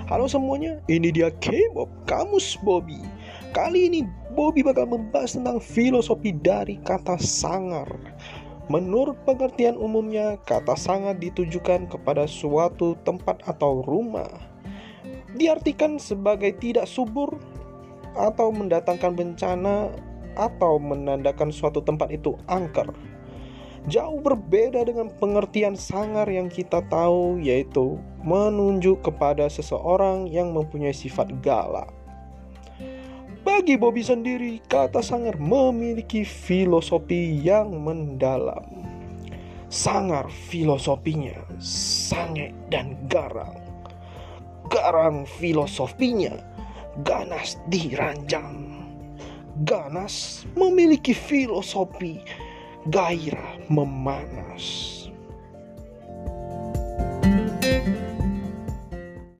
Halo semuanya, ini dia K-pop Kamus Bobby. Kali ini Bobby bakal membahas tentang filosofi dari kata sangar. Menurut pengertian umumnya, kata sangar ditujukan kepada suatu tempat atau rumah. Diartikan sebagai tidak subur atau mendatangkan bencana atau menandakan suatu tempat itu angker. Jauh berbeda dengan pengertian sangar yang kita tahu, yaitu menunjuk kepada seseorang yang mempunyai sifat galak. Bagi Bobby sendiri, kata sangar memiliki filosofi yang mendalam. Sangar filosofinya sange dan garang. Garang filosofinya ganas diranjang. Ganas memiliki filosofi gairah memanas.